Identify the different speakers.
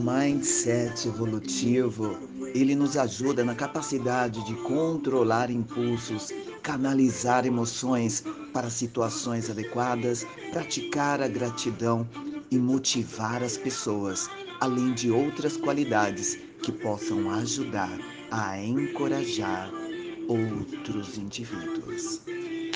Speaker 1: mindset evolutivo, ele nos ajuda na capacidade de controlar impulsos, canalizar emoções para situações adequadas, praticar a gratidão e motivar as pessoas, além de outras qualidades que possam ajudar a encorajar outros indivíduos.